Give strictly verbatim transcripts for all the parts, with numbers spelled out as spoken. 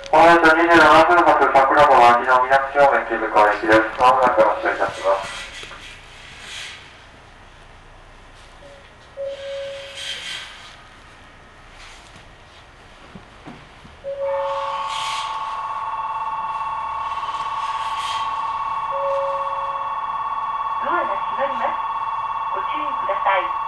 ホワイトにじゅうなな分発桜川秋の南正面警部川行きです。まもなく発車いたします。 ドアが閉まります。ご注意ください。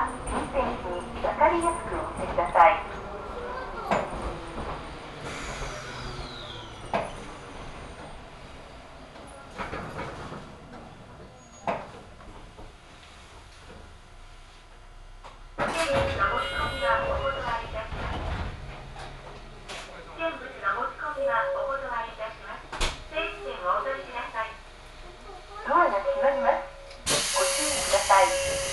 は運転士に分かりやすくお見せください。ドアが閉まります。ご注意ください。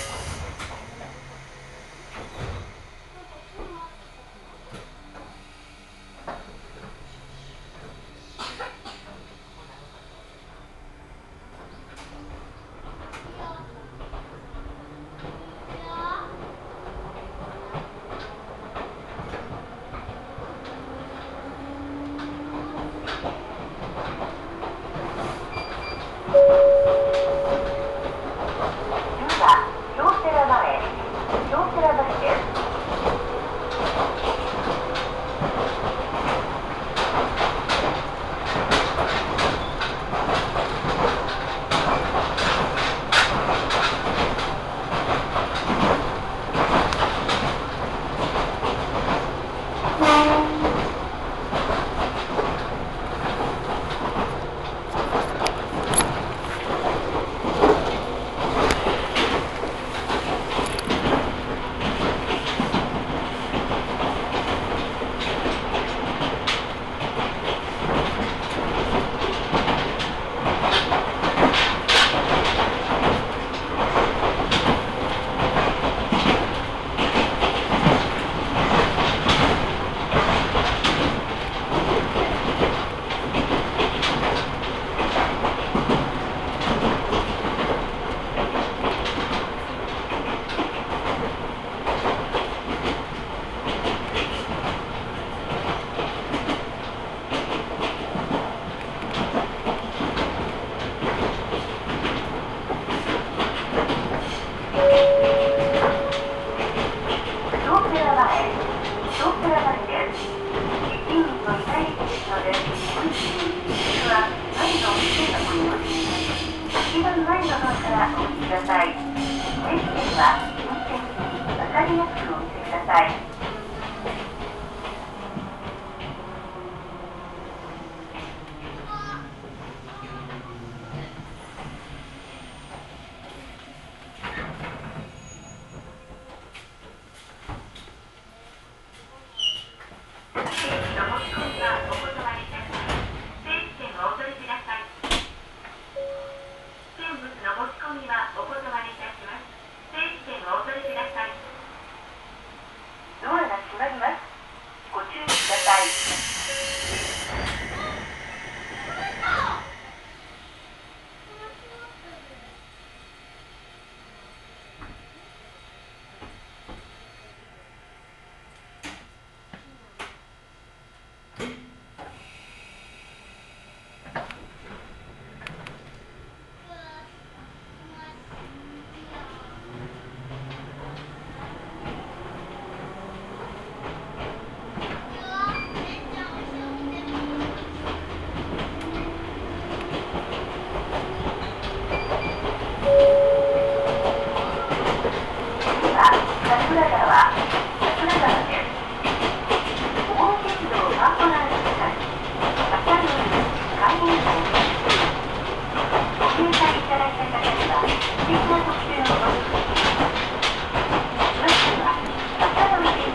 一番前のドアからお降りください。停止券は運転士に分かりやすくお見せください。ドアが閉まります。ご注意ください。桜川、桜川です。大江鉄道パートナー列車、朝夜開園線です。ご入会いただいた方には、素敵な特典をご用意しています。詳しくは、朝夜です。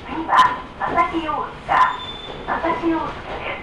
次は旭大塚、旭大塚です。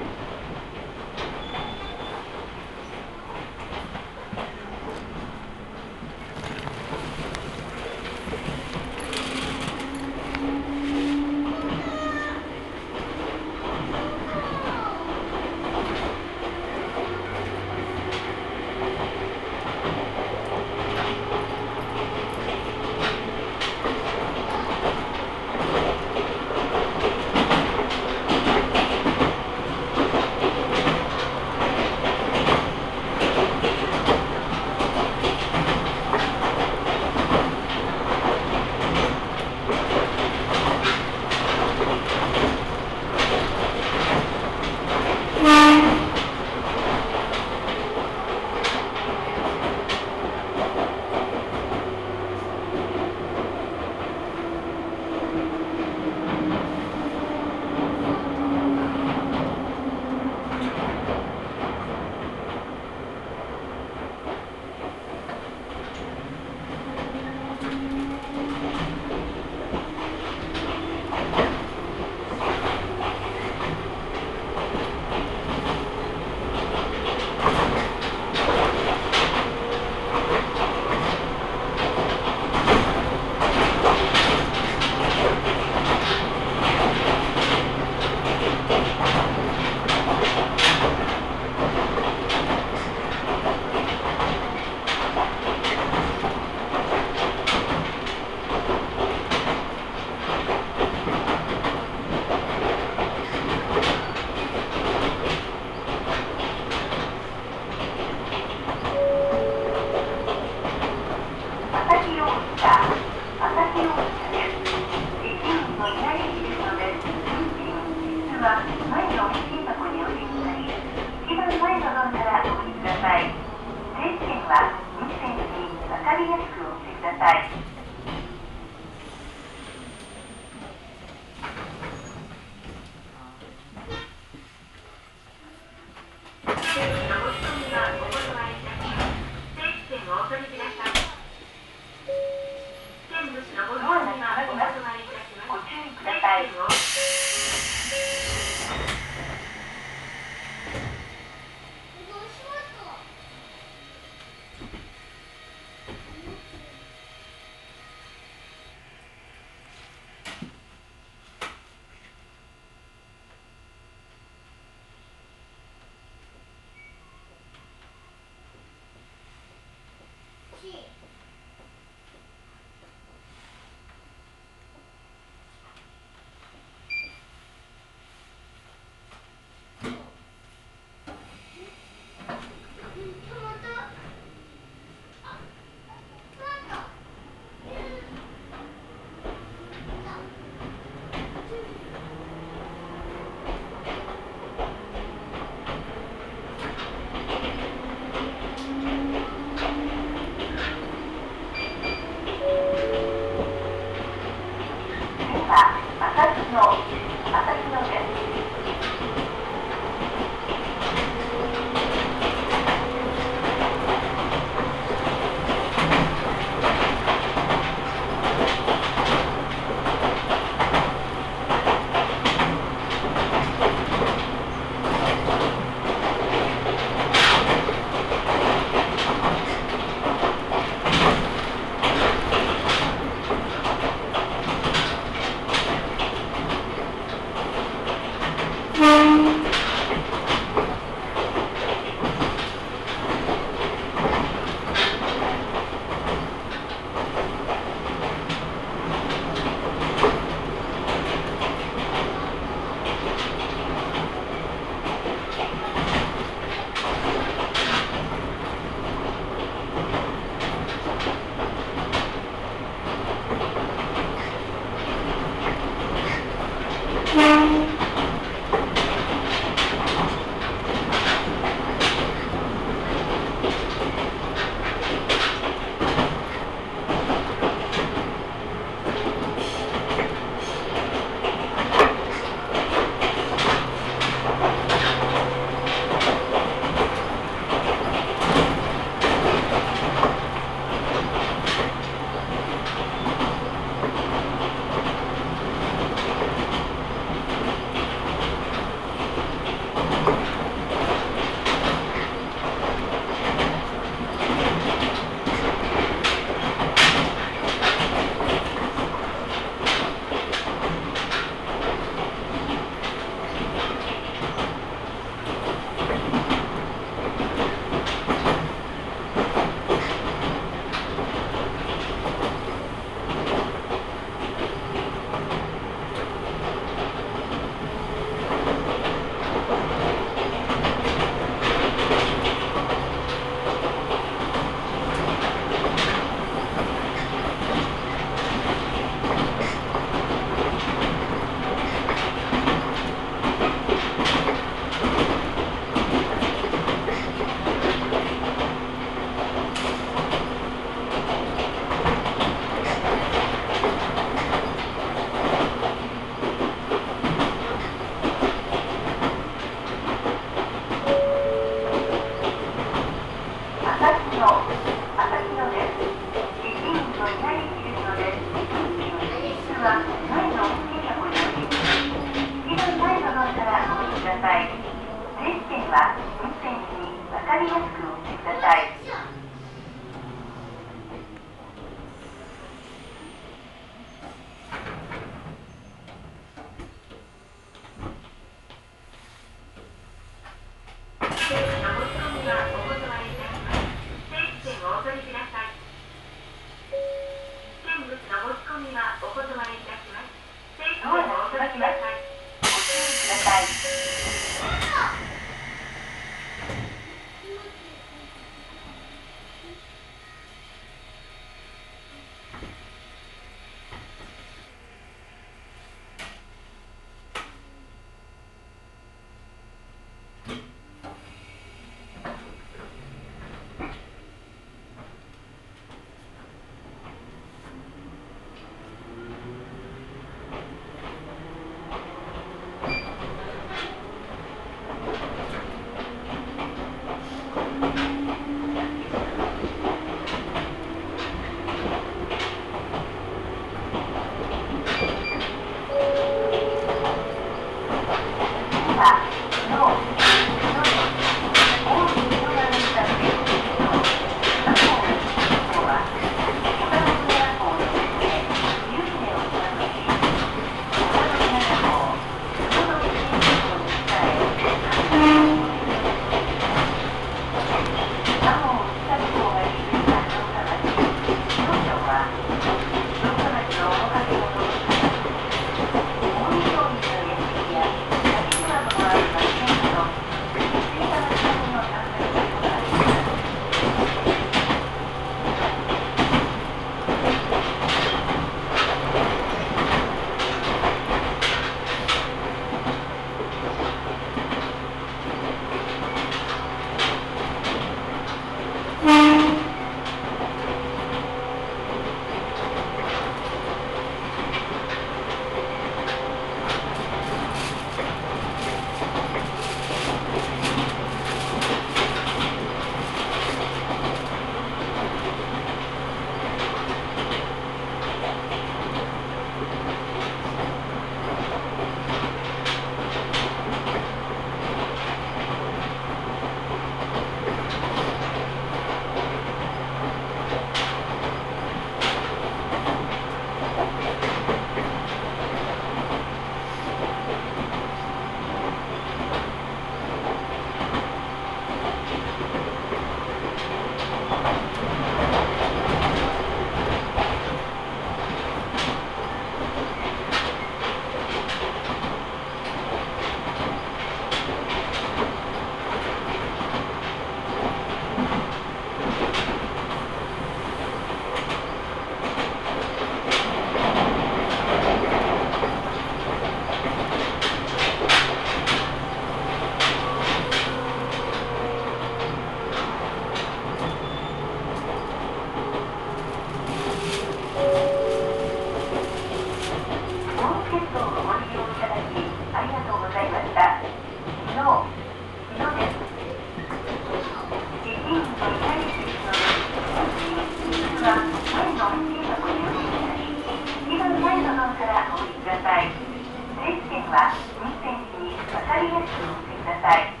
道をご利用いただきありがとうございました。以上、以上です。駅員のいない駅の普通は前の運賃箱にお降りください。にばん前のドアからお降りください。整理券は運転時に分かりやすくお持ちください。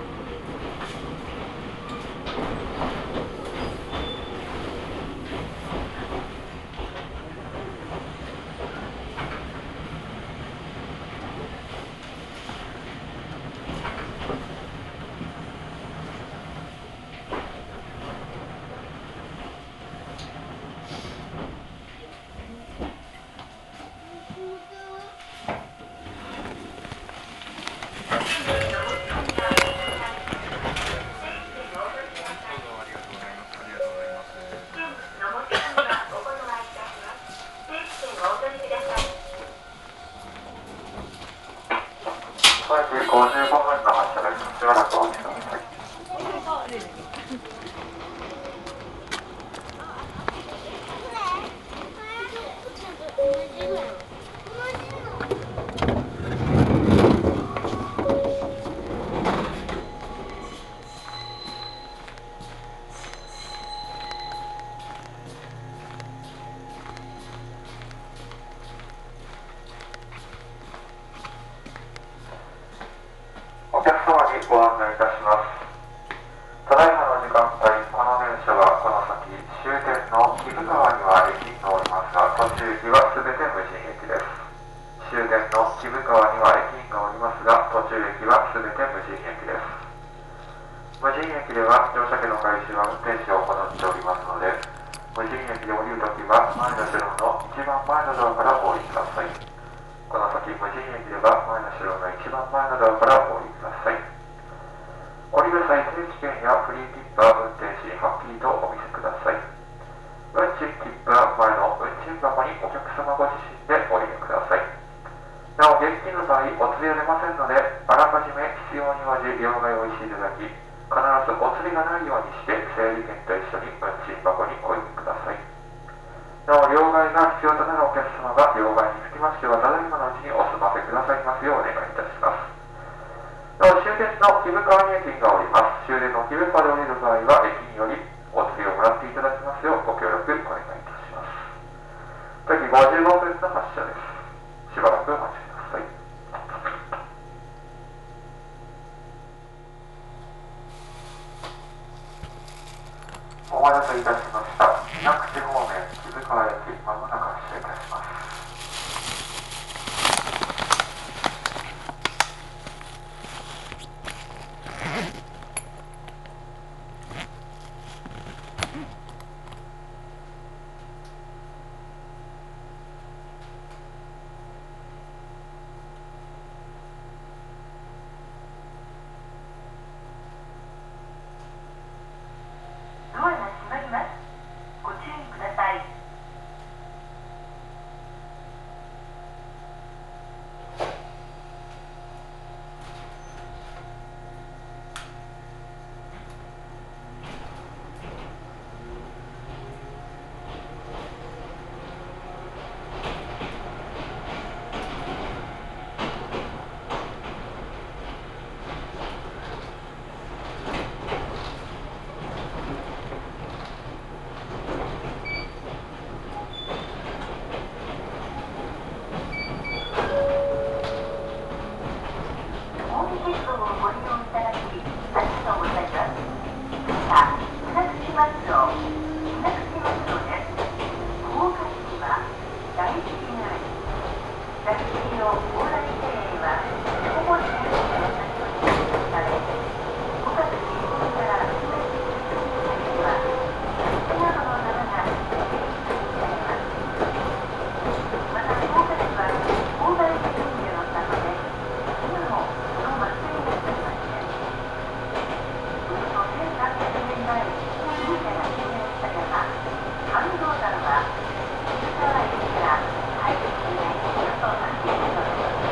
ごじごじゅうごふんの発車です。しばらくお待ちください。お客様にご案内いたします。ただいまの時間帯、この電車はこの先、終点の木生川には駅員がおりますが、途中駅はすべて無人駅です。終点の木生川には駅員がおりますが、途中駅はすべて無人駅です。無人駅では乗車券の回収は運転士を行っておりますので、無人駅で降りるときは前の後ろの一番前のドアからお降りください。この先、無人駅では前の後ろの一番前のドアからお降りください。降りる際、定期券やフリー切符は運転士にはっきりとお見せください。運賃切符は前の運賃箱にお客様ご自身でお入れください。なお、現金の場合、お釣りは出ませんので、あらかじめ必要に応じ両替をしていただき、必ずお釣りがないようにして、整理券と一緒に運賃箱にお入れください。なお、両替が必要となるお客様が両替につきましては、ただいまのうちにお済ませくださいますようお願いいたします。なお、終点の木生川に駅員がおります。終電の木生川で降りる場合は、駅員よりお釣りをもらっていただきますようご協力お願いいたします。次、ごじゅうごふんの発車です。しばらくお待ちください。お待たせいたしました。水口方面、木生川駅、まもなく発車いたします。 ドアが閉まります。ご注意ください。近鉄道をご利用いただきありがとうございます。次は水口松尾、水口松尾です。高架駅は大好きなり、大好きの往来庭園はほぼ全ての先に設置され、ごがつじゅうごにちからくがつじゅうくにちにかけては月などの名が定期的にされます。また高架市は広大な分野のためで、今もその祭りがありません。およそせんさんびゃくねんまえに神社が建設された半蔵山は水川駅から入るにおよそさんじゅっキロです。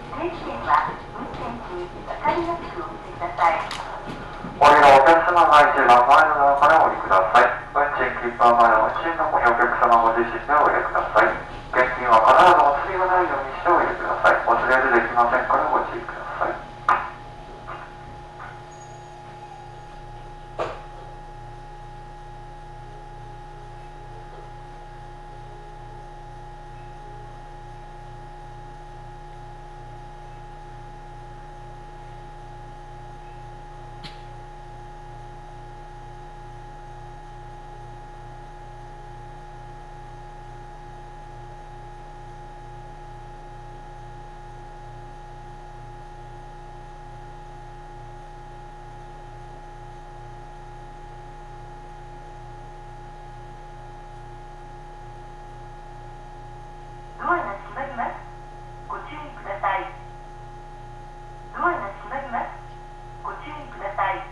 停止点は運転時分かりやすくお見せください。 お降りのお客様が一番前のドアからお降りください。運賃切符は前の運賃箱にお客様ご自身でお入れください。現金は必ずお釣りがないようにしてお入れください。お釣りは出てきませんからご注意ください。 ドアが閉まります。ご注意ください。ドアが閉まります。ご注意ください。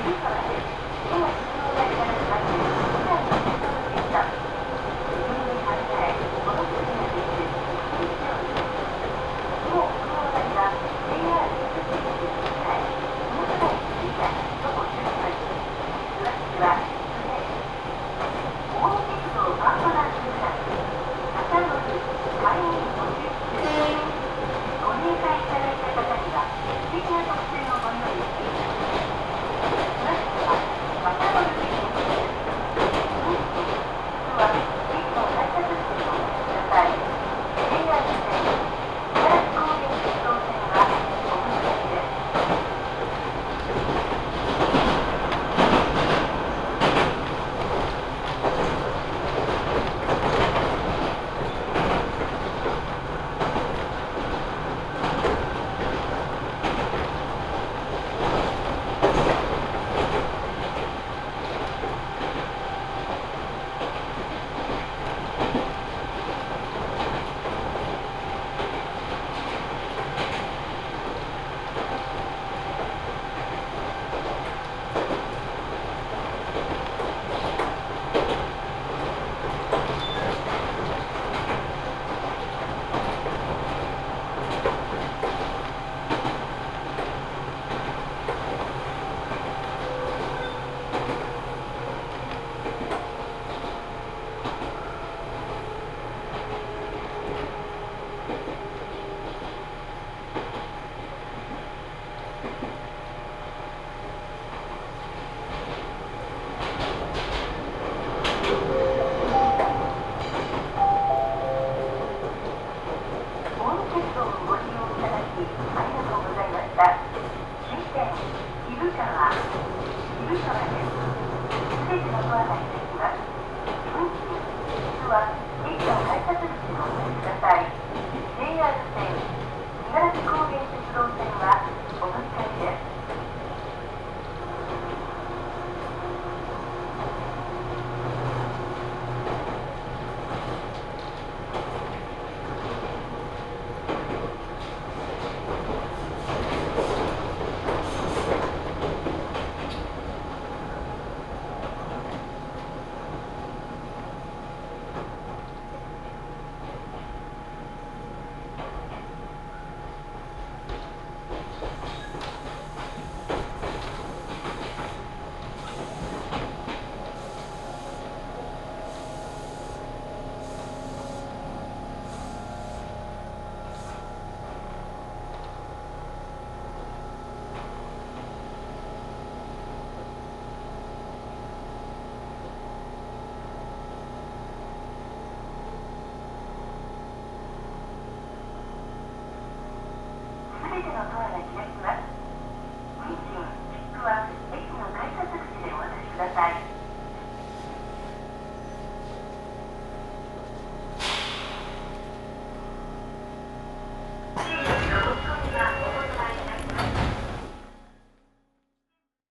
は駅の改札口でお渡しください。